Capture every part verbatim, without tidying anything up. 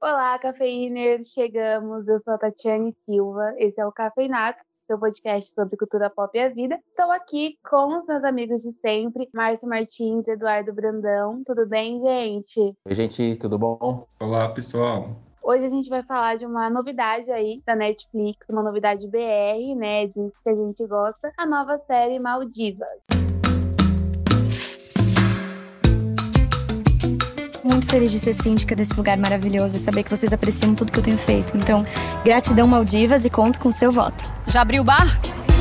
Olá, cafeiners! Chegamos, eu sou a Tatiane Silva, esse é o Cafeinato, seu podcast sobre cultura pop e a vida. Estou aqui com os meus amigos de sempre, Márcio Martins, Eduardo Brandão. Tudo bem, gente? Oi, gente, tudo bom? Olá, pessoal. Hoje a gente vai falar de uma novidade aí da Netflix, uma novidade B R, né, disso que a gente gosta, a nova série Maldivas. Muito feliz de ser síndica desse lugar maravilhoso e saber que vocês apreciam tudo que eu tenho feito. Então, gratidão, Maldivas, e conto com o seu voto. Já abriu o bar?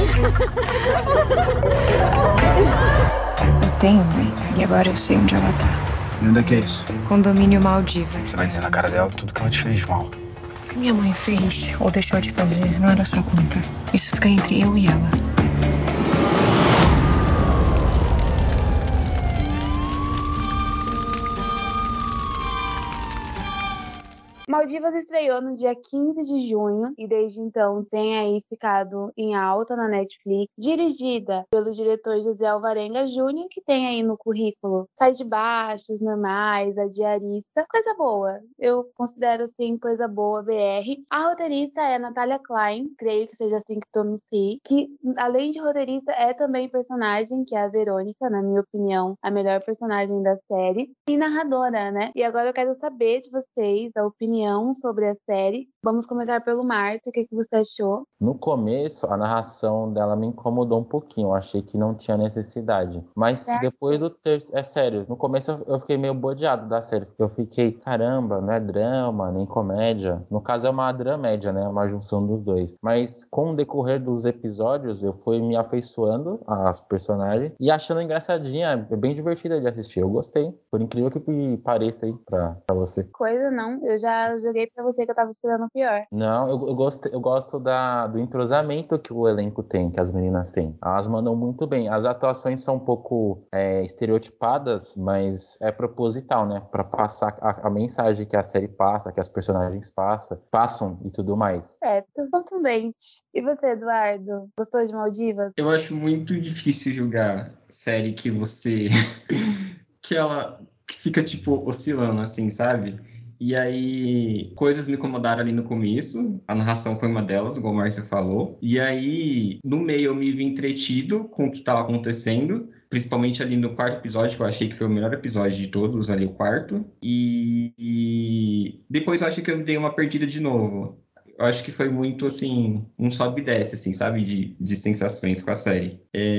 Eu tenho mãe, e agora eu sei onde ela tá. E onde é que é isso? Condomínio Maldivas. Você vai dizer na cara dela tudo que ela te fez de mal. O que minha mãe fez ou deixou de fazer não é da sua conta. Isso fica entre eu e ela. Maldivas estreou no dia quinze de junho e desde então tem aí ficado em alta na Netflix, dirigida pelo diretor José Alvarenga Júnior, que tem aí no currículo Sai de Baixo, Os Normais, A Diarista, coisa boa, eu considero sim coisa boa B R. A roteirista é a Natália Klein, creio que seja assim que pronuncie, que além de roteirista é também personagem, que é a Verônica, na minha opinião, a melhor personagem da série, e narradora, né? E agora eu quero saber de vocês a opinião sobre a série. Vamos começar pelo Márcio, o que, que você achou? No começo, a narração dela me incomodou um pouquinho, eu achei que não tinha necessidade. Mas Certo. depois do terceiro, é sério, no começo eu fiquei meio bodeado da série, porque eu fiquei, caramba, não é drama, nem comédia. No caso é uma dramédia, né, uma junção dos dois. Mas com o decorrer dos episódios, eu fui me afeiçoando às personagens e achando engraçadinha, é bem divertida de assistir, eu gostei. Por incrível que pareça aí pra, pra você. Coisa não, eu já joguei pra você que eu tava esperando o pior. Não, eu, eu, gosto, eu gosto da, do entrosamento que o elenco tem, que as meninas têm. Elas mandam muito bem. As atuações são um pouco é, estereotipadas, mas é proposital, né? Pra passar a, a mensagem que a série passa, que as personagens passam, passam e tudo mais. Certo, contundente. E você, Eduardo? Gostou de Maldivas? Eu acho muito difícil julgar série que você... que ela fica, tipo, oscilando, assim, sabe? E aí, coisas me incomodaram ali no começo. A narração foi uma delas, igual o Márcio falou. E aí, no meio, eu me vi entretido com o que estava acontecendo. Principalmente ali no quarto episódio, que eu achei que foi o melhor episódio de todos, ali o quarto. E, e depois eu acho que eu dei uma perdida de novo. Eu acho que foi muito, assim, um sobe e desce, assim, sabe? De, de sensações com a série.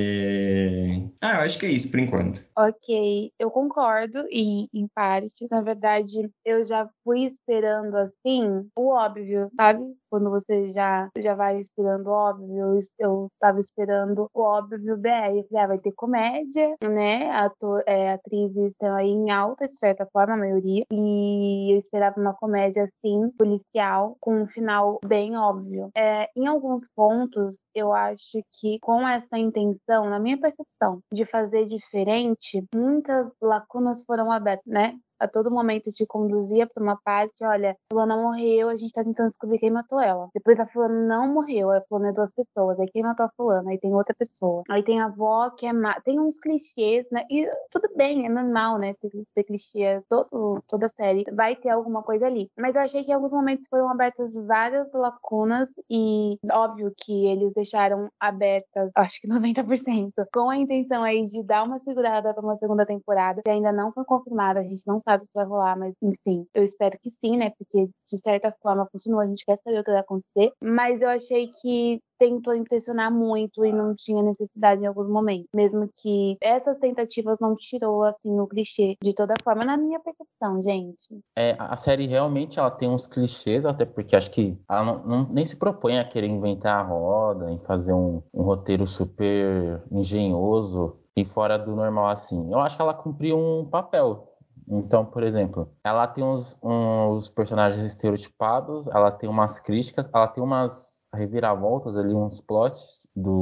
É... Ah, eu acho que é isso, por enquanto. Ok, eu concordo em, em partes. Na verdade, eu já fui esperando, assim, o óbvio, sabe? Quando você já, já vai esperando o óbvio, eu, eu tava esperando o óbvio B R. Eu falei, ah, vai ter comédia, né? Ator, é, atrizes estão aí em alta, de certa forma, a maioria. E eu esperava uma comédia, assim, policial, com um final bem óbvio. É, em alguns pontos, eu acho que com essa intenção, na minha percepção, de fazer diferente, muitas lacunas foram abertas, né? A todo momento te conduzia para uma parte, olha, a fulana morreu, a gente tá tentando descobrir quem matou ela. Depois a fulana não morreu, a fulana é duas pessoas, aí quem matou a fulana, aí tem outra pessoa. Aí tem a avó que é má, tem uns clichês, né? E tudo bem, é normal, né? Ter, ter clichê, todo, toda série vai ter alguma coisa ali. Mas eu achei que em alguns momentos foram abertas várias lacunas e óbvio que eles deixaram abertas, acho que noventa por cento, com a intenção aí de dar uma segurada para uma segunda temporada, que ainda não foi confirmada, a gente não sabe se vai rolar, mas enfim, eu espero que sim, né? Porque de certa forma funcionou, a gente quer saber o que vai acontecer, mas eu achei que tentou impressionar muito e não tinha necessidade em alguns momentos, mesmo que essas tentativas não tirou assim o clichê de toda forma, na minha percepção, gente. É, a série realmente ela tem uns clichês, até porque acho que ela não, não- nem se propõe a querer inventar a roda, em fazer um, um roteiro super engenhoso e fora do normal assim. Eu acho que ela cumpriu um papel. Então, por exemplo, ela tem uns, uns personagens estereotipados, ela tem umas críticas, ela tem umas reviravoltas ali, uns plots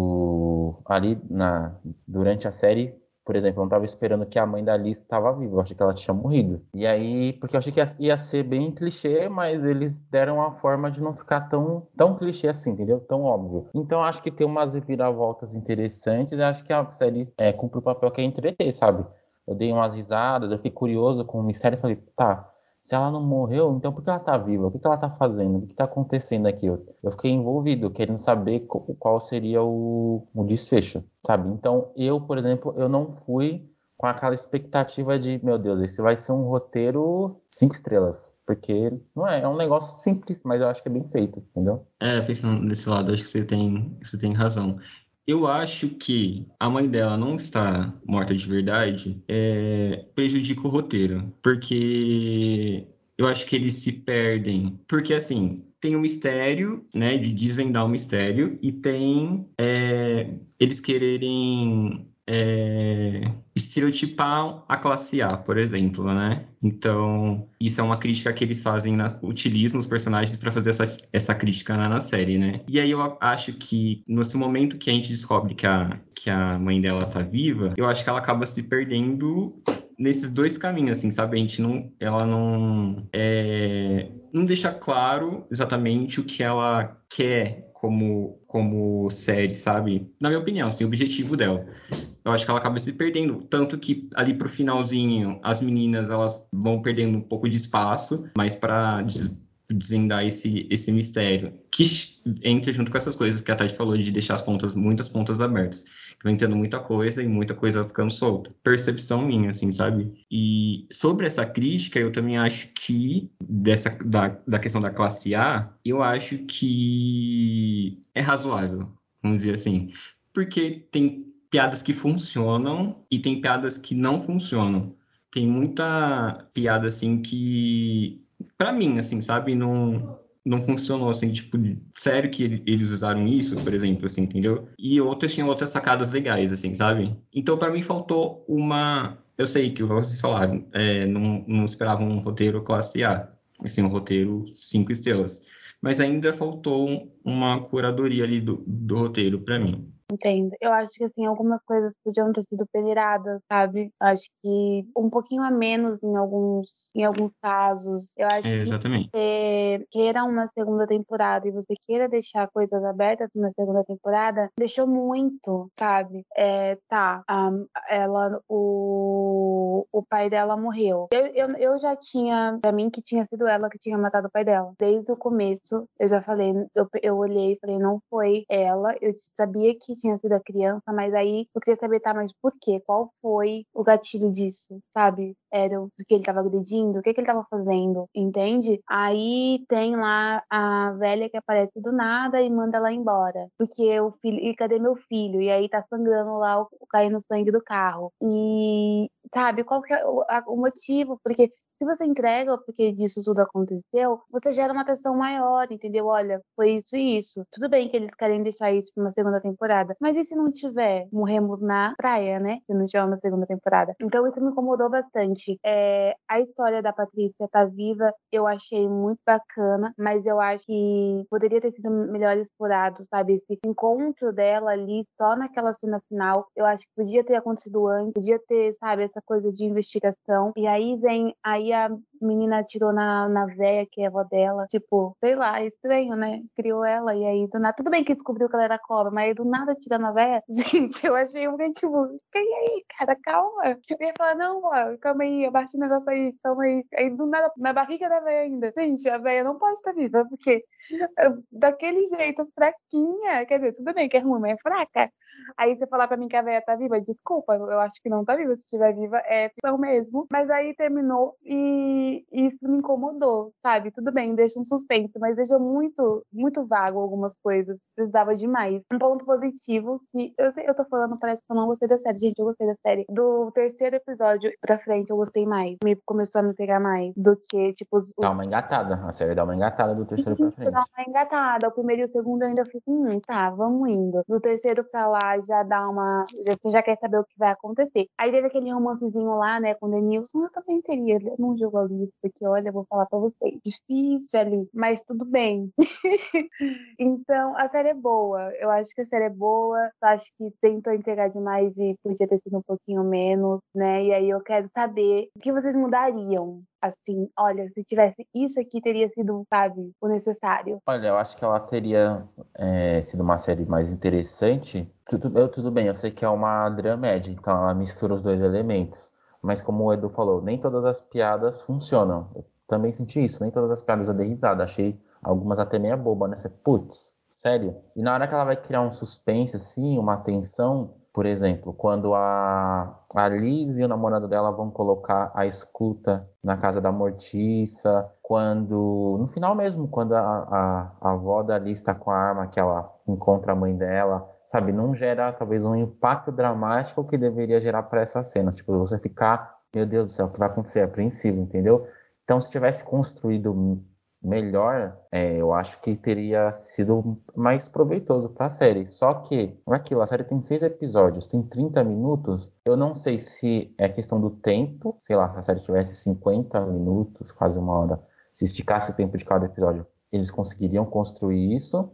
do ali na durante a série. Por exemplo, eu não estava esperando que a mãe da Alice estava viva, eu achei que ela tinha morrido. E aí, porque eu achei que ia, ia ser bem clichê, mas eles deram uma forma de não ficar tão, tão clichê assim, entendeu? Tão óbvio. Então, eu acho que tem umas reviravoltas interessantes, eu acho que a série é, cumpre o papel que é entreter, sabe? Eu dei umas risadas, eu fiquei curioso com o mistério e falei, tá, se ela não morreu, então por que ela tá viva? O que, que ela tá fazendo? O que, que tá acontecendo aqui? Eu, eu fiquei envolvido, querendo saber co- qual seria o, o desfecho, sabe? Então, eu, por exemplo, eu não fui com aquela expectativa de, meu Deus, esse vai ser um roteiro cinco estrelas. Porque não é, é um negócio simples, mas eu acho que é bem feito, entendeu? É, pensando desse lado, acho que você tem, você tem razão. Eu acho que a mãe dela não estar morta de verdade é, prejudica o roteiro, porque eu acho que eles se perdem. Porque, assim, tem o mistério, né, de desvendar o mistério, e tem é, eles quererem é, estereotipar a classe A, por exemplo, né? Então, isso é uma crítica que eles fazem, na, utilizam os personagens para fazer essa, essa crítica na, na série, né? E aí eu acho que, nesse momento que a gente descobre que a, que a mãe dela tá viva, eu acho que ela acaba se perdendo nesses dois caminhos, assim, sabe? A gente não, ela não, é, não deixa claro exatamente o que ela quer como, como série, sabe? Na minha opinião, assim, o objetivo dela. Eu acho que ela acaba se perdendo, tanto que ali pro finalzinho as meninas elas vão perdendo um pouco de espaço, mas para des desvendar esse esse mistério que entra junto com essas coisas que a Tati falou de deixar as pontas, muitas pontas abertas. Eu entendo muita coisa e muita coisa vai ficando solta. Percepção minha, assim, sabe? E sobre essa crítica, eu também acho que dessa da, da questão da classe A, eu acho que é razoável, vamos dizer assim, porque tem piadas que funcionam e tem piadas que não funcionam. Tem muita piada, assim, que, pra mim, assim, sabe, não, não funcionou, assim, tipo, sério que ele- eles usaram isso, por exemplo, assim, entendeu? E outras tinham outras sacadas legais, assim, sabe? Então, pra mim, faltou uma... Eu sei que vocês falaram, é, não, não esperavam um roteiro classe A, assim, um roteiro cinco estrelas. Mas ainda faltou uma curadoria ali do, do roteiro pra mim. Entendo. Eu acho que, assim, algumas coisas podiam ter sido peneiradas, sabe? Acho que um pouquinho a menos em alguns, em alguns casos. Eu acho É, que exatamente. você queira uma segunda temporada e você queira deixar coisas abertas na segunda temporada, deixou muito, sabe? É, tá, a- ela, o, o pai dela morreu. Eu, eu, eu já tinha, pra mim, que tinha sido ela que tinha matado o pai dela. Desde o começo, eu já falei, eu, eu olhei e falei, não foi ela. Eu sabia que tinha sido a criança, mas aí eu queria saber, tá, mas por quê? Qual foi o gatilho disso, sabe? Era o que ele tava agredindo? O que que ele tava fazendo? Entende? Aí tem lá a velha que aparece do nada e manda ela embora. Porque o filho. E cadê meu filho? E aí tá sangrando lá, o, caindo sangue do carro. E, sabe, qual que é o, a- o motivo? Porque se você entrega porque disso tudo aconteceu, você gera uma atenção maior, entendeu? Olha, foi isso e isso. Tudo bem que eles querem deixar isso pra uma segunda temporada, mas e se não tiver? Morremos na praia, né? Se não tiver uma segunda temporada. Então isso me incomodou bastante. É, a história da Patrícia tá viva, eu achei muito bacana, mas eu acho que poderia ter sido melhor explorado, sabe? Esse encontro dela ali só naquela cena final, eu acho que podia ter acontecido antes, podia ter, sabe, essa coisa de investigação. E aí vem, aí a menina atirou na, na véia, que é a avó dela. Tipo, sei lá, é estranho, né? Criou ela e aí do nada. Tudo bem que descobriu que ela era cobra, mas aí do nada atira na véia. Gente, eu achei um tipo, e aí, cara, calma. Eu ia falar, não, ó, calma aí, abaixa o negócio aí, calma aí. Aí do nada, na barriga da véia ainda. Gente, a véia não pode estar viva, porque daquele jeito, fraquinha. Quer dizer, tudo bem que é ruim, mas é fraca. Aí você falar pra mim que a véia tá viva, desculpa, eu acho que não tá viva. Se estiver viva, é ficção mesmo. Mas aí terminou e isso me incomodou, sabe? Tudo bem, deixa um suspense, mas deixa muito, muito vago algumas coisas. Precisava demais. Um ponto positivo que eu sei, eu tô falando, parece que eu não gostei da série. Gente, eu gostei da série. Do terceiro episódio pra frente, eu gostei mais. Me começou a me pegar mais do que, tipo, os, Dá os uma engatada. A série dá uma engatada do terceiro pra isso, dá frente. uma engatada. O primeiro e o segundo eu ainda fico, hum, tá, vamos indo. Do terceiro pra lá já dá uma. Já, você já quer saber o que vai acontecer. Aí teve aquele romancezinho lá, né, com o Denilson. Eu também teria. Eu não jogo ali, porque olha, eu vou falar pra vocês. Difícil ali, mas tudo bem. Então, a série é boa. Eu acho que a série é boa. Eu acho que tentou entregar demais e podia ter sido um pouquinho menos, né? E aí eu quero saber o que vocês mudariam. Assim, olha, se tivesse isso aqui, teria sido, sabe, o necessário. Olha, eu acho que ela teria é, sido uma série mais interessante. Tudo, eu, tudo bem, eu sei que é uma dramédia, então ela mistura os dois elementos. Mas como o Edu falou, nem todas as piadas funcionam. também senti isso. Nem todas as piadas eu dei risada. Achei algumas até meia boba, né? Você, putz, sério? E na hora que ela vai criar um suspense, assim, uma tensão, por exemplo, quando a, a Liz e o namorado dela vão colocar a escuta na casa da Mortiça, quando, no final mesmo, quando a, a, a avó da Liz está com a arma que ela encontra a mãe dela, sabe, não gera talvez um impacto dramático que deveria gerar para essas cenas, tipo, você ficar, meu Deus do céu, o que vai acontecer? É apreensivo, entendeu? Então, se tivesse construído melhor, é, eu acho que teria sido mais proveitoso para a série. Só que, aquilo, a série tem seis episódios, tem trinta minutos. Eu não sei se é questão do tempo, sei lá, se a série tivesse cinquenta minutos, quase uma hora, se esticasse o tempo de cada episódio, eles conseguiriam construir isso,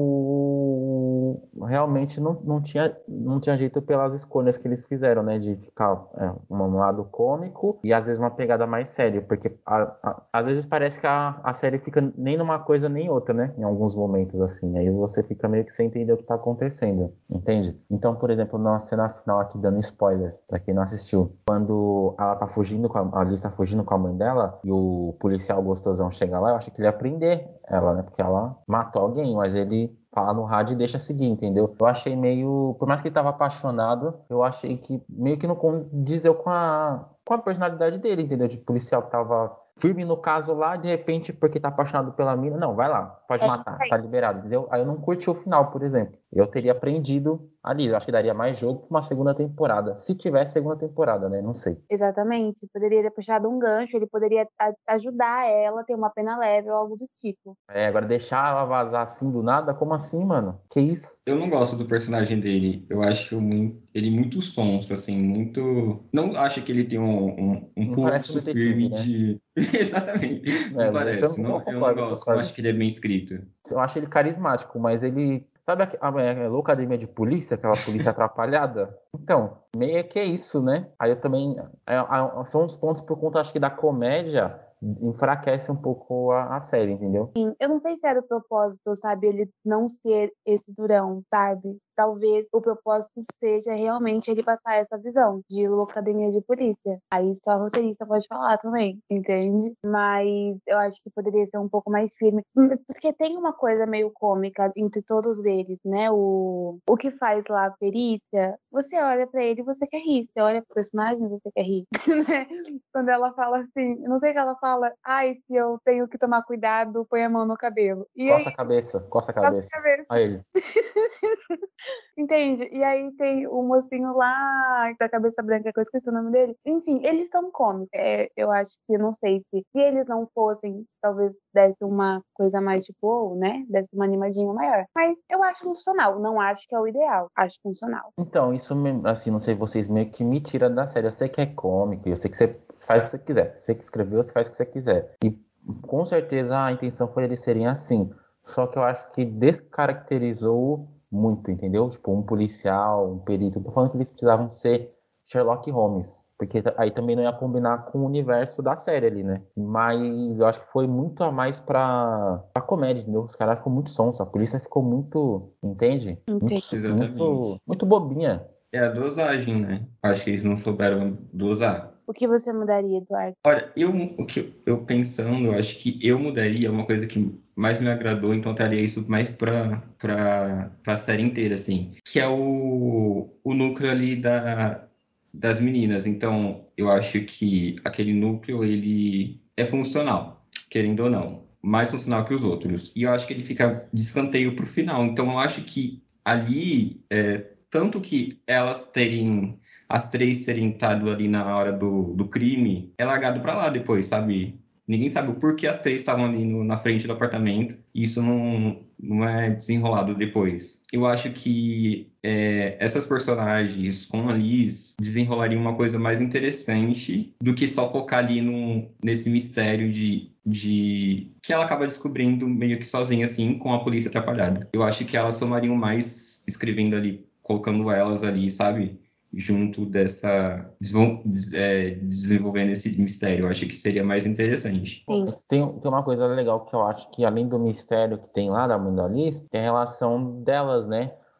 ou realmente não, não, tinha, não tinha jeito pelas escolhas que eles fizeram, né? De ficar é, um lado cômico e às vezes uma pegada mais séria, porque a, a, às vezes parece que a, a série fica nem numa coisa nem outra, né? Em alguns momentos, assim. Aí você fica meio que sem entender o que tá acontecendo, entende? Então, por exemplo, na cena final aqui, dando spoiler, pra quem não assistiu, quando ela tá fugindo, com a, a Liz tá fugindo com a mãe dela e o policial gostosão chega lá, eu achei que ele ia prender ela, né? Porque ela matou alguém, mas ele fala no rádio e deixa seguir, entendeu? Eu achei meio... Por mais que ele tava apaixonado, eu achei que meio que não condizeu com a, com a personalidade dele, entendeu? De policial que tava firme no caso lá, de repente, porque tá apaixonado pela mina, não, vai lá, pode É, matar, é. tá liberado, entendeu? Aí eu não curti o final, por exemplo. Eu teria prendido a Liz, eu acho que daria mais jogo pra uma segunda temporada. Se tivesse segunda temporada, né? Não sei. Exatamente. Poderia ter puxado um gancho, ele poderia a- ajudar ela a ter uma pena leve ou algo do tipo. É, agora deixar ela vazar assim do nada? Como assim, mano? Que isso? Eu não gosto do personagem dele. Eu acho muito, ele muito sonso, assim, muito. Não acho que ele tem um, um, um Não parece um pulso detetive, firme né? de. Exatamente. É, Não eu, parece. também- eu Não, eu não concordo, eu gosto. Não concordo. acho que ele é bem escrito. Eu acho ele carismático, mas ele... Sabe a, a, a Loucademia de Polícia? Aquela polícia atrapalhada? Então, meio que é isso, né? Aí eu também... é, é, são uns pontos por conta, acho que da comédia, enfraquece um pouco a, a série, entendeu? Eu não sei se era o propósito, sabe? Ele não ser esse durão, sabe? Talvez o propósito seja realmente ele passar essa visão de Loucademia de Polícia. Aí só a roteirista pode falar também, entende? Mas eu acho que poderia ser um pouco mais firme. Porque tem uma coisa meio cômica entre todos eles, né? O, o que faz lá a perícia, você olha pra ele e você quer rir. Você olha pro personagem e você quer rir. Né? Quando ela fala assim, eu não sei o que ela fala, ai, se eu tenho que tomar cuidado, põe a mão no cabelo. E aí, Coça a cabeça, coça a passa a cabeça. cabeça. Aí ele. Entende? E aí tem o mocinho lá da cabeça branca, que eu esqueci o nome dele. Enfim, eles são cômicos. É, eu acho que, não sei se, se eles não fossem, talvez desse uma coisa mais tipo, ou, né? Desse uma animadinha maior. Mas eu acho funcional. Não acho que é o ideal. Acho funcional. Então, isso, me- assim, não sei, vocês meio que me tiram da série. Eu sei que é cômico, eu sei que você faz o que você quiser. Você que escreveu, você faz o que você quiser. E com certeza a intenção foi eles serem assim. Só que eu acho que descaracterizou muito, entendeu? Tipo, um policial, um perito. Não tô falando que eles precisavam ser Sherlock Holmes. Porque aí também não ia combinar com o universo da série ali, né? Mas eu acho que foi muito a mais pra, pra comédia, entendeu? Os caras ficam muito sons, a polícia ficou muito, entende? Muito, Entende? su- Exatamente. muito, muito bobinha. É a dosagem, né? Acho que eles não souberam dosar. O que você mudaria, Eduardo? Olha, eu, o que eu pensando, eu acho que eu mudaria uma coisa que mais me agradou, então eu traria isso mais para para a série inteira, assim, que é o, o núcleo ali da, das meninas. Então, eu acho que aquele núcleo, ele é funcional, querendo ou não, mais funcional que os outros. E eu acho que ele fica de escanteio pro final. Então, eu acho que ali, é, tanto que elas terem as três terem estado ali na hora do, do crime, é largado pra lá depois, sabe? Ninguém sabe o porquê as três estavam ali no- na frente do apartamento, e isso não, não é desenrolado depois. Eu acho que é, essas personagens com a Liz desenrolariam uma coisa mais interessante do que só focar ali num, nesse mistério de, de que ela acaba descobrindo meio que sozinha, assim, com a polícia atrapalhada. Eu acho que elas somariam mais escrevendo ali, colocando elas ali, sabe? Junto dessa desvol- des- é, desenvolvendo esse mistério. Eu acho que seria mais interessante. Sim. Mas tem, tem uma coisa legal que eu acho que, além do mistério que tem lá da mãe da Alice, tem a relação delas, né?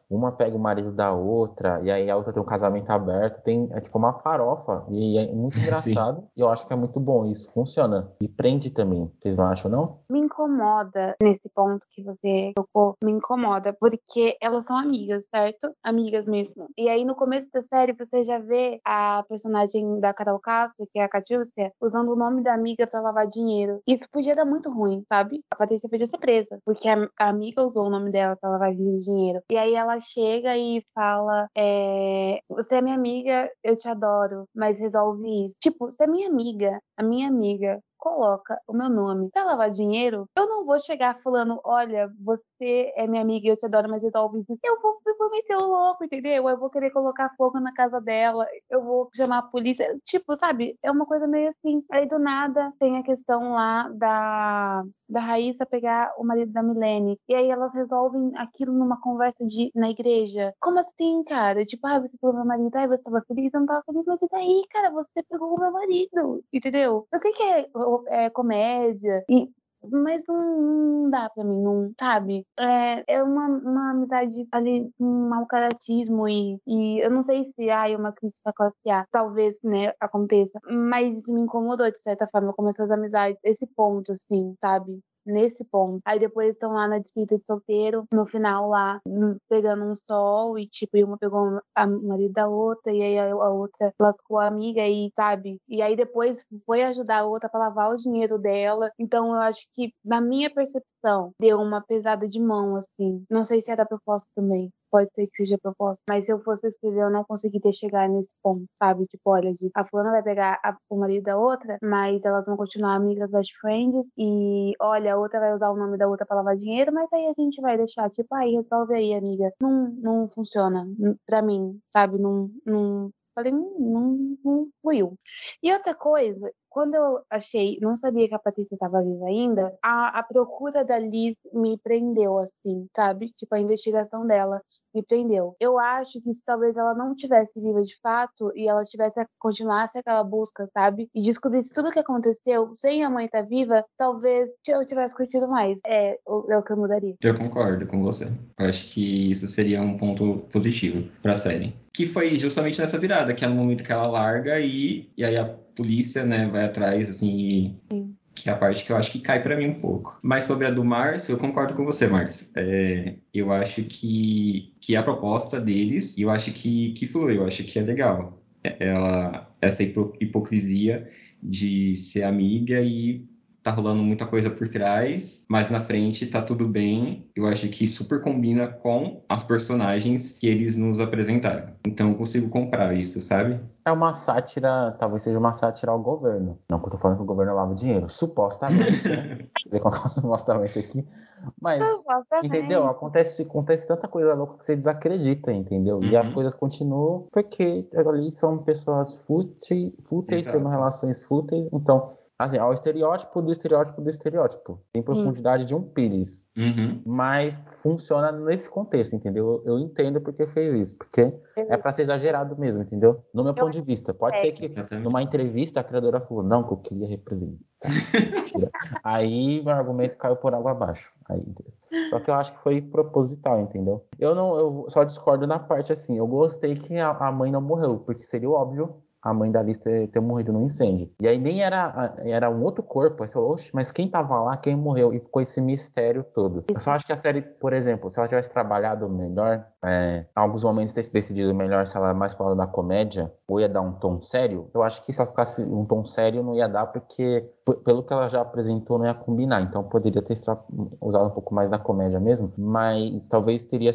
uma pega o marido da outra, e aí a outra tem um casamento aberto, tem, é tipo uma farofa, e é muito Sim. engraçado, e eu acho que é muito bom isso, funciona, e prende também, vocês não acham, não? Me incomoda nesse ponto que você tocou, me incomoda, porque elas são amigas, certo? Amigas mesmo. E aí no começo da série você já vê a personagem da Carol Castro, que é a Catiúcia, usando o nome da amiga pra lavar dinheiro. Isso podia dar muito ruim, sabe? A Patrícia podia ser presa, porque a, a amiga usou o nome dela pra lavar dinheiro. E aí ela chega e fala: é, você é minha amiga, eu te adoro, mas resolve isso. Tipo, você é minha amiga, a minha amiga coloca o meu nome pra lavar dinheiro, eu não vou chegar falando, olha, você é minha amiga e eu te adoro, mas resolve isso. Eu vou, eu vou meter o louco, entendeu? Eu vou querer colocar fogo na casa dela, eu vou chamar a polícia. Tipo, sabe? É uma coisa meio assim. Aí do nada tem a questão lá da, da Raíssa pegar o marido da Milene. E aí elas resolvem aquilo numa conversa de, na igreja. Como assim, cara? Tipo, ah, você pegou meu marido, ai, você tava feliz, eu não tava feliz, mas e daí, cara? Você pegou o meu marido, entendeu? Eu sei que é, é comédia, e mas não, não dá pra mim, não, sabe? É, é uma, uma amizade ali, um mau caratismo e, e eu não sei se há uma crítica à classe A, talvez, né, aconteça, mas isso me incomodou de certa forma, como essas amizades, esse ponto, assim, sabe? Nesse ponto. Aí depois estão lá na despedida de solteiro, no final lá, hum, pegando um sol, e tipo, e uma pegou a marido da outra, e aí a, a outra lascou a amiga, e sabe? E aí depois foi ajudar a outra pra lavar o dinheiro dela. Então eu acho que, na minha percepção, deu uma pesada de mão, assim. Não sei se era proposta também. Pode ser que seja proposta. Mas se eu fosse escrever, eu não consegui ter chegado nesse ponto, sabe? Tipo, olha, de- a fulana vai pegar a- o marido da outra, mas elas vão continuar amigas best friends. E, olha, a outra vai usar o nome da outra pra lavar dinheiro, mas aí a gente vai deixar, tipo, aí, resolve aí, amiga. Não, não funciona. N- Pra mim, sabe? Não, não. Falei, não, não, não fluiu. E outra coisa, quando eu achei, não sabia que a Patrícia estava viva ainda, a, a procura da Liz me prendeu, assim, sabe? Tipo, a investigação dela me prendeu. Eu acho que se talvez ela não tivesse viva de fato e ela tivesse continuasse aquela busca, sabe? E descobrisse tudo o que aconteceu sem a mãe estar viva, talvez eu tivesse curtido mais. É, o- é o que eu mudaria. Eu concordo com você. Eu acho que isso seria um ponto positivo para a série. Que foi justamente nessa virada, que é no momento que ela larga e, e aí a polícia, né, vai atrás, assim, e- Sim. que é a parte que eu acho que cai para mim um pouco. Mas sobre a do Márcio, eu concordo com você, Márcio. É, eu acho que, que a proposta deles, eu acho que, que flui, eu acho que é legal. É- Ela, essa hipo- hipocrisia de ser amiga e tá rolando muita coisa por trás, mas na frente tá tudo bem. Eu acho que super combina com as personagens que eles nos apresentaram. Então eu consigo comprar isso, sabe? É uma sátira, talvez seja uma sátira ao governo. Não que eu tô falando que o governo lava dinheiro, supostamente, né? Vou colocar supostamente aqui. Mas, entendeu? Supostamente. Acontece, acontece tanta coisa louca que você desacredita, entendeu? E as Uhum. coisas continuam porque ali são pessoas fúteis, fúteis tendo Exato. relações fúteis. Então, assim, é o estereótipo do estereótipo do estereótipo. Tem profundidade de um pires. Uhum. Mas funciona nesse contexto, entendeu? Eu, eu entendo porque fez isso. Porque é pra ser exagerado mesmo, entendeu? No meu Eu ponto de vista. Pode ser que Exatamente. numa entrevista a criadora falou, não, que eu queria representar. Mentira. Aí meu argumento caiu por água abaixo. Aí, beleza. Só que eu acho que foi proposital, entendeu? Eu não, eu só discordo na parte assim. Eu gostei que a, a mãe não morreu, porque seria óbvio a mãe da Alice ter, ter morrido no incêndio. E aí nem era, era um outro corpo. Aí você falou, oxe, mas quem tava lá, quem morreu? E ficou esse mistério todo. Eu só acho que a série, por exemplo, se ela tivesse trabalhado melhor, é, em alguns momentos ter se decidido melhor se ela é mais pro lado da comédia, ou ia dar um tom sério, eu acho que se ela ficasse um tom sério, não ia dar, porque p- pelo que ela já apresentou, não ia combinar. Então poderia ter estra- usado um pouco mais da comédia mesmo, mas talvez teria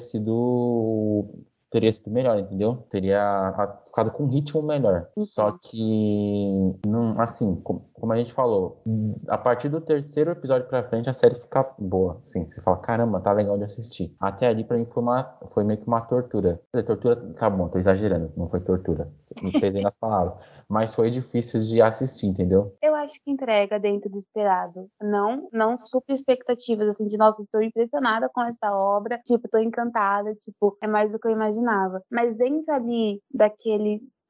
sido teria sido melhor, entendeu? Teria a- ficado com um ritmo melhor. Só que, não, assim, com- como a gente falou, a partir do terceiro episódio pra frente, a série fica boa. Assim, você fala, caramba, tá legal de assistir. Até ali, pra mim, foi, uma, foi meio que uma tortura. Quer dizer, tortura, tá bom, tô exagerando, não foi tortura. Me pesei nas palavras. Mas foi difícil de assistir, entendeu? Eu acho que entrega dentro do esperado. Não, não super expectativas, assim, de nossa, estou impressionada com essa obra. Tipo, tô encantada, tipo, é mais do que eu imaginava. Mas dentro ali daquele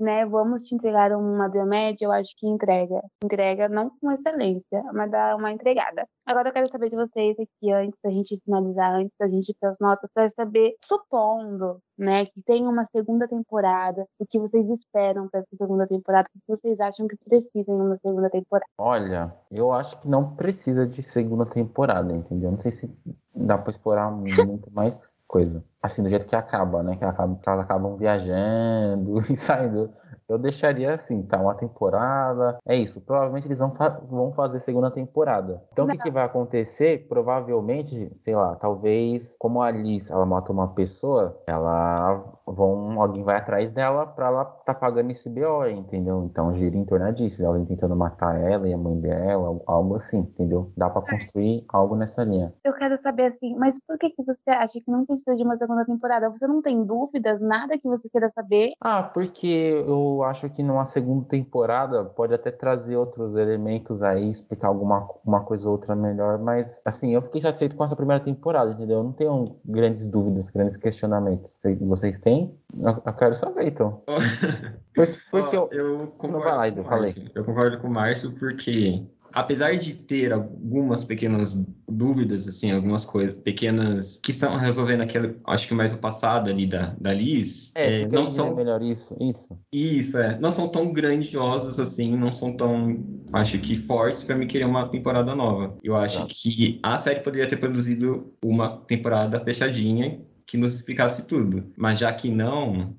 né, vamos te entregar uma dramédia, eu acho que entrega. Entrega não com excelência, mas dá uma entregada. Agora eu quero saber de vocês aqui, antes da gente finalizar, antes da gente ir para as notas, para saber, supondo, né, que tem uma segunda temporada, o que vocês esperam para essa segunda temporada, o que vocês acham que precisa em uma segunda temporada? Olha, eu acho que não precisa de segunda temporada, entendeu? Não sei se dá pra explorar muito mais coisa. Assim, do jeito que acaba, né? Que acaba- que elas acabam viajando e saindo. Eu deixaria assim, tá? Uma temporada. É isso. Provavelmente eles vão, fa- vão fazer segunda temporada. Então, o que, que vai acontecer? Provavelmente, sei lá, talvez, como a Alice, ela mata uma pessoa, ela vão, alguém vai atrás dela pra ela tá pagando esse B O, entendeu? Então, gira em torno disso. Alguém tentando matar ela e a mãe dela, algo assim, entendeu? Dá pra construir algo nessa linha. Eu quero saber assim, mas por que que você acha que não precisa de uma segunda temporada? Você não tem dúvidas, nada que você queira saber? Ah, porque eu acho que numa segunda temporada pode até trazer outros elementos aí, explicar alguma uma coisa ou outra melhor, mas assim, eu fiquei satisfeito com essa primeira temporada, entendeu? Eu não tenho grandes dúvidas, grandes questionamentos. Cê- Vocês têm? Eu, eu quero saber, então. Porque, porque Ó, eu... eu Não, vai concordo lá, com Edu, o falei. Márcio. Eu concordo com o Márcio porque, apesar de ter algumas pequenas dúvidas, assim, algumas coisas pequenas que estão resolvendo aquele, acho que mais o passado ali da, da Liz, É, você é, quer não dizer são melhor isso? Isso. isso, é, não são tão grandiosas assim, não são tão, acho que fortes para me querer uma temporada nova. Eu acho Exato. que a série poderia ter produzido uma temporada fechadinha que nos explicasse tudo, mas já que não,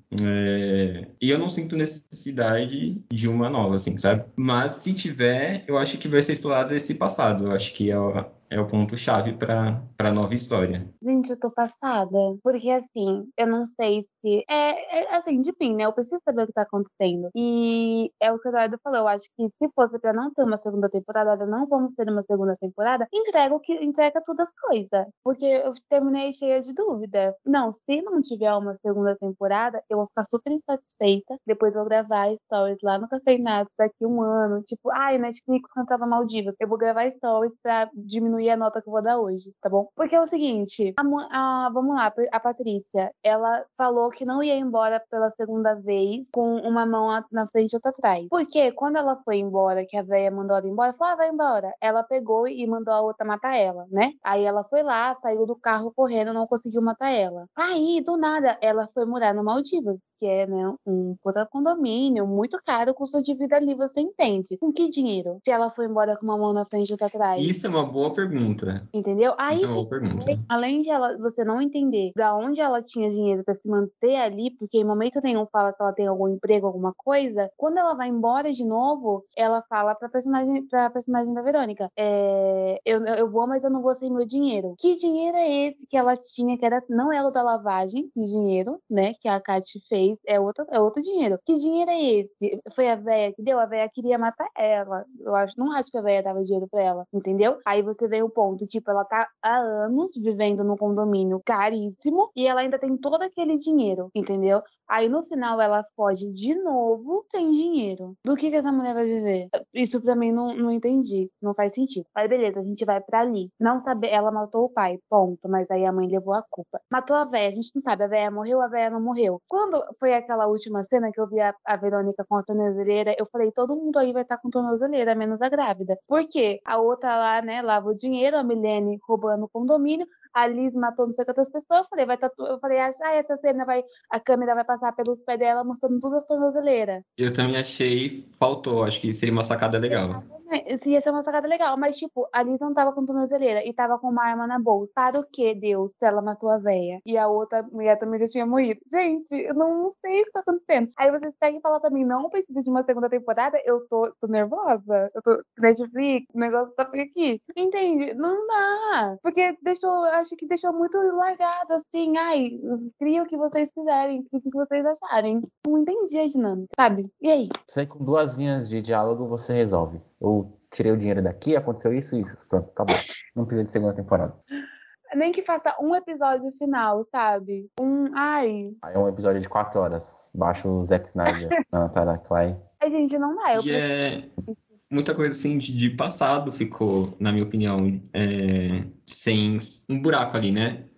é, e eu não sinto necessidade de uma nova, assim, sabe? Mas se tiver, eu acho que vai ser explorado esse passado. Eu acho que é o, é o ponto-chave para para nova história. Gente, eu tô passada. Porque assim, eu não sei se. É, é assim, de mim, né? Eu preciso saber o que tá acontecendo. E é o que o Eduardo falou. Eu acho que se fosse pra não ter uma segunda temporada, não vamos ter uma segunda temporada, entrega o que entrega todas as coisas. Porque eu terminei cheia de dúvida. Não, se não tiver uma segunda temporada, eu vou ficar super insatisfeita. Depois eu vou gravar stories lá no Cafeinato daqui um ano. Tipo, ai, Netflix cantava Maldivas. Eu vou gravar stories pra diminuir a nota que eu vou dar hoje, tá bom? Porque é o seguinte, a, mu- a- vamos lá, a Patrícia, ela falou que não ia embora pela segunda vez com uma mão a- na frente e outra atrás. Porque quando ela foi embora, que a véia mandou ela embora, falou, ah, vai embora. Ela pegou e mandou a outra matar ela, né? Aí ela foi lá, saiu do carro correndo, não conseguiu matar ela. Aí, do nada, ela foi morar no Maldivas, que é, né, um puta condomínio, muito caro, o custo de vida ali, você entende? Com que dinheiro? Se ela foi embora com uma mão na frente e outra atrás. Isso é uma boa pergunta. Entendeu? Isso Aí é uma boa pergunta. além de ela, você não entender da onde ela tinha dinheiro para se manter ali, porque em momento nenhum fala que ela tem algum emprego, alguma coisa, quando ela vai embora de novo, ela fala pra personagem, pra personagem da Verônica: é, eu, eu vou, mas eu não vou sem meu dinheiro. Que dinheiro é esse que ela tinha, que era, não é o da lavagem de dinheiro, né? Que a Kate fez, é outro, é outro dinheiro. Que dinheiro é esse? Foi a véia que deu? A véia queria matar ela. Eu acho, não acho que a véia dava dinheiro pra ela, entendeu? Aí você vê o ponto, tipo, ela tá há anos vivendo num condomínio caríssimo e ela ainda tem todo aquele dinheiro, entendeu? Aí no final ela foge de novo sem dinheiro. Do que que essa mulher vai viver? Isso pra mim não, não entendi, não faz sentido. Aí beleza, a gente vai pra ali. Não sabe, ela matou o pai, ponto, mas aí a mãe levou a culpa. Matou a véia, a gente não sabe, a véia morreu, a véia não morreu. Quando foi aquela última cena que eu vi a, a Verônica com a tornozeleira, eu falei, todo mundo aí vai estar com tornozeleira, menos a grávida. Por quê? A outra lá, né, lava o dinheiro, a Milene roubando o condomínio, a Liz matou não sei quantas pessoas, eu falei, vai tá, tu- eu falei, ah, essa cena vai, a câmera vai passar pelos pés dela mostrando todas as tornozeleiras. Eu também achei, faltou, acho que seria uma sacada legal. Exatamente. Ia ser uma sacada legal, mas tipo, a Liz não tava com tornozeleira e tava com uma arma na bolsa. Para o que, Deus, se ela matou a véia? E a outra mulher também já tinha morrido. Gente, eu não sei o que tá acontecendo. Aí vocês pegam e falam pra mim, não precisa de uma segunda temporada, eu tô, tô nervosa. Eu tô Netflix, o negócio tá por aqui. Entende? Não dá. Porque deixou, acho que deixou muito largado, assim, ai, cria o que vocês quiserem, cria o que vocês acharem. Não entendi a dinâmica, sabe? E aí? Isso aí com duas linhas de diálogo você resolve. Eu tirei o dinheiro daqui, aconteceu isso e isso. Pronto, acabou. Não precisa de segunda temporada. Nem que faça um episódio final, sabe? Um. Ai. Aí é um episódio de quatro horas. Baixa o Zack Snyder na Tara Clay. A gente não dá. Eu E é muita coisa assim de, de passado ficou, na minha opinião, é, sem um buraco ali, né?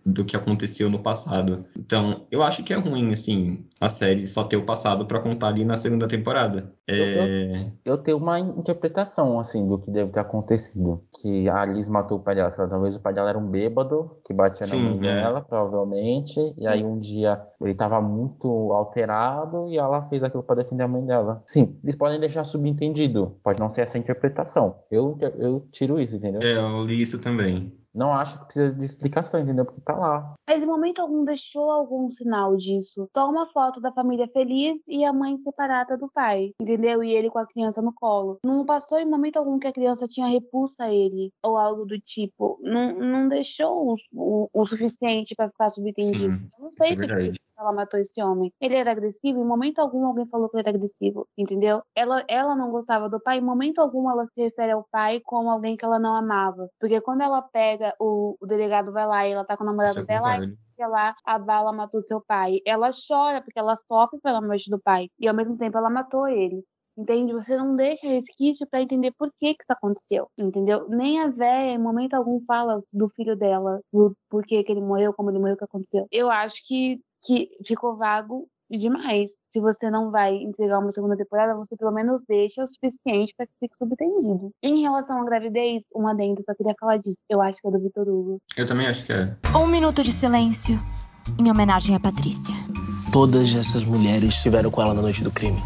do que aconteceu no passado. Então, eu acho que é ruim, assim, a série só ter o passado pra contar ali na segunda temporada. Eu, eu, É... eu tenho uma interpretação, assim, do que deve ter acontecido. Que a Alice matou o pai dela. Sei lá, talvez o pai dela era um bêbado que batia na mãe Sim, é. dela, provavelmente. E aí um dia ele tava muito alterado e ela fez aquilo pra defender a mãe dela. Sim, eles podem deixar subentendido. Pode não ser essa a interpretação. Eu, inter- eu tiro isso, entendeu? É, eu li isso também. Não acho que precisa de explicação, entendeu? Porque tá lá. Mas em momento algum deixou algum sinal disso. Só uma foto da família feliz e a mãe separada do pai, entendeu? E ele com a criança no colo. Não passou em momento algum que a criança tinha repulsa a ele, ou algo do tipo. Não, não deixou o, o, o suficiente pra ficar subentendido. Sim, Eu não isso é sei por que verdade. ela matou esse homem. Ele era agressivo, em momento algum alguém falou que ele era agressivo, entendeu? Ela, ela não gostava do pai, em momento algum ela se refere ao pai como alguém que ela não amava. Porque quando ela pega, o, o delegado vai lá e ela tá com o Isso namorado eu dela, aí concordo. fica lá, a bala matou seu pai. Ela chora porque ela sofre pela morte do pai. E ao mesmo tempo ela matou ele. Entende? Você não deixa resquício pra entender por que que isso aconteceu, entendeu? Nem a véia, em momento algum, fala do filho dela, do porquê que ele morreu, como ele morreu, o que aconteceu. Eu acho que, que ficou vago demais. Se você não vai entregar uma segunda temporada, você pelo menos deixa o suficiente pra que fique subentendido. Em relação à gravidez, um adendo, só queria falar disso. Eu acho que é do Vitor Hugo. Eu também acho que é. Um minuto de silêncio em homenagem a Patrícia. Todas essas mulheres estiveram com ela na noite do crime.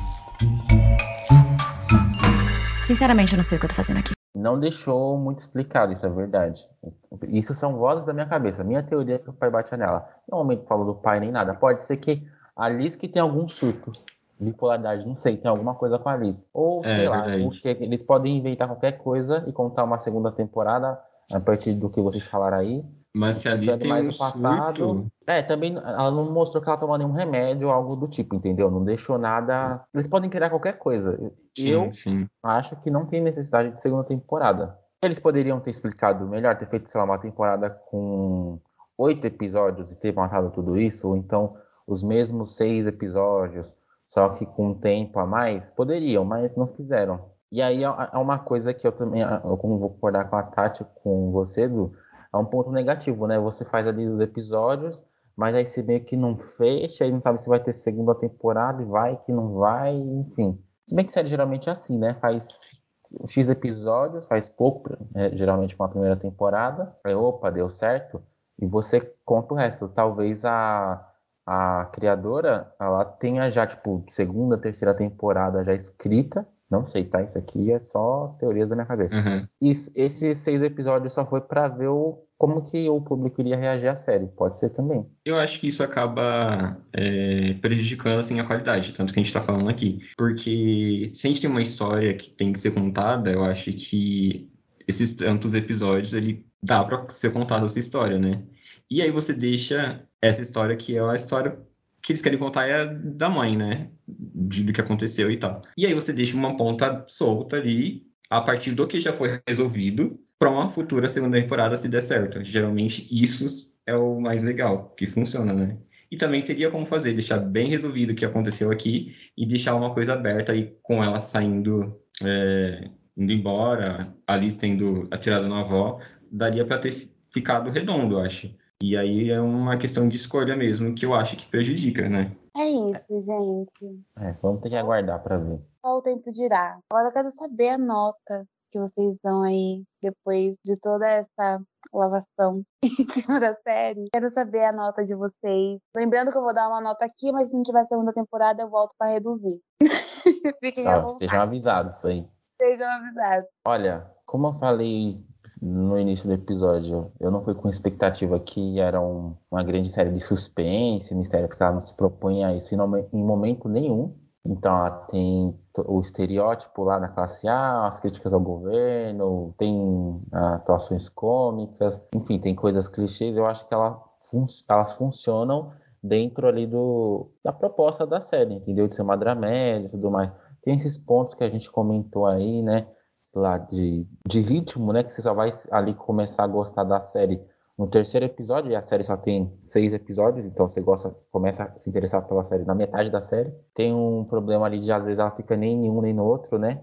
Sinceramente, eu não sei o que eu tô fazendo aqui. Não deixou muito explicado, isso é verdade. Isso são vozes da minha cabeça. Minha teoria é que o pai bate nela. Não momento falou do pai nem nada. Pode ser que a Alice que tem algum surto. Bipolaridade, não sei, tem alguma coisa com a Alice. Ou, É, sei lá, verdade. porque eles podem inventar qualquer coisa e contar uma segunda temporada a partir do que vocês falaram aí. Mas se a Alice Mostrando tem mais um o passado. surto... É, também ela não mostrou que ela tomou nenhum remédio ou algo do tipo, entendeu? Não deixou nada. Eles podem criar qualquer coisa. Sim, Eu sim. acho que não tem necessidade de segunda temporada. Eles poderiam ter explicado melhor, ter feito, sei lá, uma temporada com oito episódios e ter matado tudo isso, ou então os mesmos seis episódios, só que com um tempo a mais. Poderiam, mas não fizeram. E aí é é uma coisa que eu também, eu como vou concordar com a Tati, com você, Edu, é um ponto negativo, né? Você faz ali os episódios, mas aí você meio que não fecha, aí não sabe se vai ter segunda temporada, e vai, que não vai, enfim. Se bem que série geralmente é assim, né? Faz X episódios, faz pouco, né? Geralmente uma primeira temporada, aí opa, deu certo, e você conta o resto. Talvez a, a criadora, ela tenha já, tipo, segunda, terceira temporada já escrita, não sei, tá? Isso aqui é só teorias da minha cabeça. Uhum. E esses seis episódios só foi pra ver o, como que o público iria reagir à série, pode ser também. Eu acho que isso acaba é, prejudicando assim, a qualidade, tanto que a gente está falando aqui. Porque se a gente tem uma história que tem que ser contada, eu acho que esses tantos episódios, ele dá para ser contada essa história, né? E aí você deixa essa história que é a história que eles querem contar é a da mãe, né? De, do que aconteceu e tal. E aí você deixa uma ponta solta ali, a partir do que já foi resolvido, para uma futura segunda temporada se der certo. Geralmente isso é o mais legal, que funciona, né? E também teria como fazer, deixar bem resolvido o que aconteceu aqui e deixar uma coisa aberta aí com ela saindo, é, indo embora, a Alice tendo atirado na avó, daria para ter ficado redondo, eu acho. E aí é uma questão de escolha mesmo, que eu acho que prejudica, né? É isso, gente. É, vamos ter que aguardar pra ver. Só o tempo dirá. Agora eu quero saber a nota que vocês dão aí depois de toda essa lavação em cima da série. Quero saber a nota de vocês. Lembrando que eu vou dar uma nota aqui, mas se não tiver segunda temporada eu volto para reduzir. Fiquem à Só, estejam vontade, avisados isso aí. sejam avisados. Olha, como eu falei no início do episódio, eu não fui com expectativa que era um- uma grande série de suspense, mistério, porque ela não se propõe a isso em, nome- em momento nenhum. Então, ela tem t- o estereótipo lá na classe A, as críticas ao governo, tem ah, atuações cômicas, enfim, tem coisas clichês. Eu acho que ela fun- elas funcionam dentro ali do, da proposta da série, entendeu? De ser uma dramédia e tudo mais. Tem esses pontos que a gente comentou aí, né? Sei lá, de, de ritmo, né? Que você só vai ali começar a gostar da série no terceiro episódio, e a série só tem seis episódios, então você gosta, começa a se interessar pela série na metade da série. Tem um problema ali de, às vezes, ela fica nem em um nem no outro, né?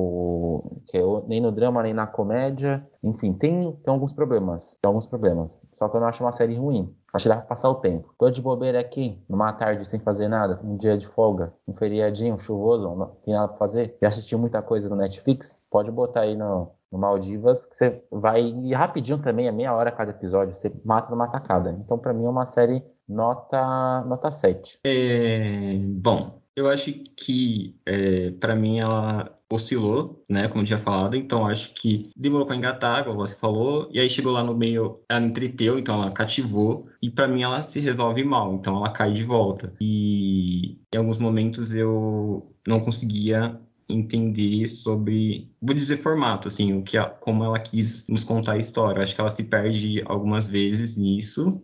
O, que é o- nem no drama, nem na comédia. Enfim, tem, tem alguns problemas. Tem alguns problemas. Só que eu não acho uma série ruim. Acho que dá pra passar o tempo. Tô de bobeira aqui, numa tarde sem fazer nada, um dia de folga, um feriadinho, chuvoso, não tem nada pra fazer. Já assistiu muita coisa no Netflix? Pode botar aí no, no Maldivas, que você vai ir rapidinho também, é meia hora cada episódio, você mata numa tacada. Então, pra mim, é uma série nota, nota sete. É, bom, eu acho que é, para mim ela oscilou, né, como eu tinha falado, então acho que demorou para engatar, como você falou, e aí chegou lá no meio, ela entreteu, então ela cativou, e para mim ela se resolve mal, então ela cai de volta. E em alguns momentos eu não conseguia entender sobre, vou dizer formato, assim, o que a, como ela quis nos contar a história. Acho que ela se perde algumas vezes nisso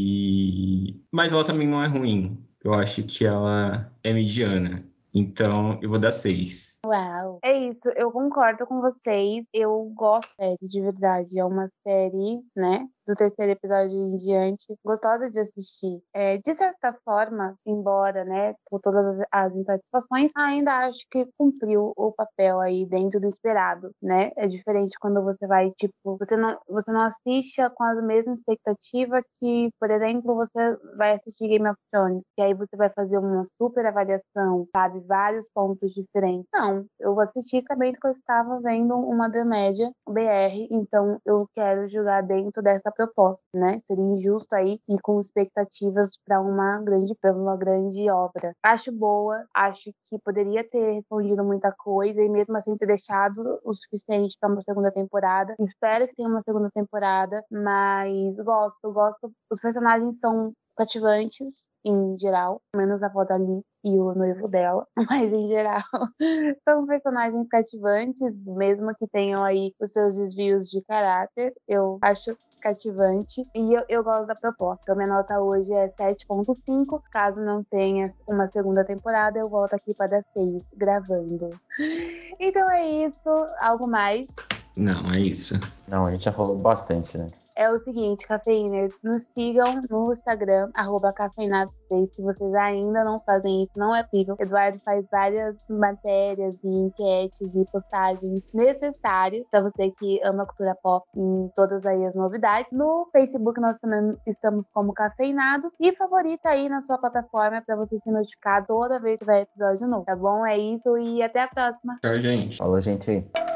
e mas ela também não é ruim. Eu acho que ela é mediana. Então, eu vou dar seis. Uau. É isso, eu concordo com vocês. Eu gosto da série, de verdade. É uma série, né? Do terceiro episódio em diante, gostosa de assistir. É, de certa forma, embora, né, com todas as, as insatisfações, ainda acho que cumpriu o papel aí dentro do esperado, né? É diferente quando você vai, tipo, você não, você não assiste com a mesma expectativa que, por exemplo, você vai assistir Game of Thrones, que aí você vai fazer uma super avaliação, sabe? Vários pontos diferentes. Não, eu assisti também porque eu estava vendo uma The Média B R, então eu quero julgar dentro dessa proposta, né? Seria injusto aí ir com expectativas para uma grande, para uma grande obra. Acho boa, acho que poderia ter respondido muita coisa e mesmo assim ter deixado o suficiente para uma segunda temporada. Espero que tenha uma segunda temporada, mas gosto, gosto. Os personagens são cativantes em geral, menos a avó da Liz e o noivo dela, mas em geral são personagens cativantes, mesmo que tenham aí os seus desvios de caráter. Eu acho cativante e eu, eu gosto da proposta. A minha nota hoje é sete ponto cinco. Caso não tenha uma segunda temporada, eu volto aqui para dar seis gravando. Então é isso. Algo mais? Não, é isso. Não, a gente já falou bastante, né? É o seguinte, cafeiners, nos sigam no Instagram, arroba cafeinados três, se vocês ainda não fazem isso, não é possível. Eduardo faz várias matérias e enquetes e postagens necessárias para você que ama cultura pop e todas aí as novidades. No Facebook nós também estamos como Cafeinados e favorita aí na sua plataforma para você ser notificado toda vez que tiver episódio novo, tá bom? É isso e até a próxima. Tchau, gente. Falou, gente.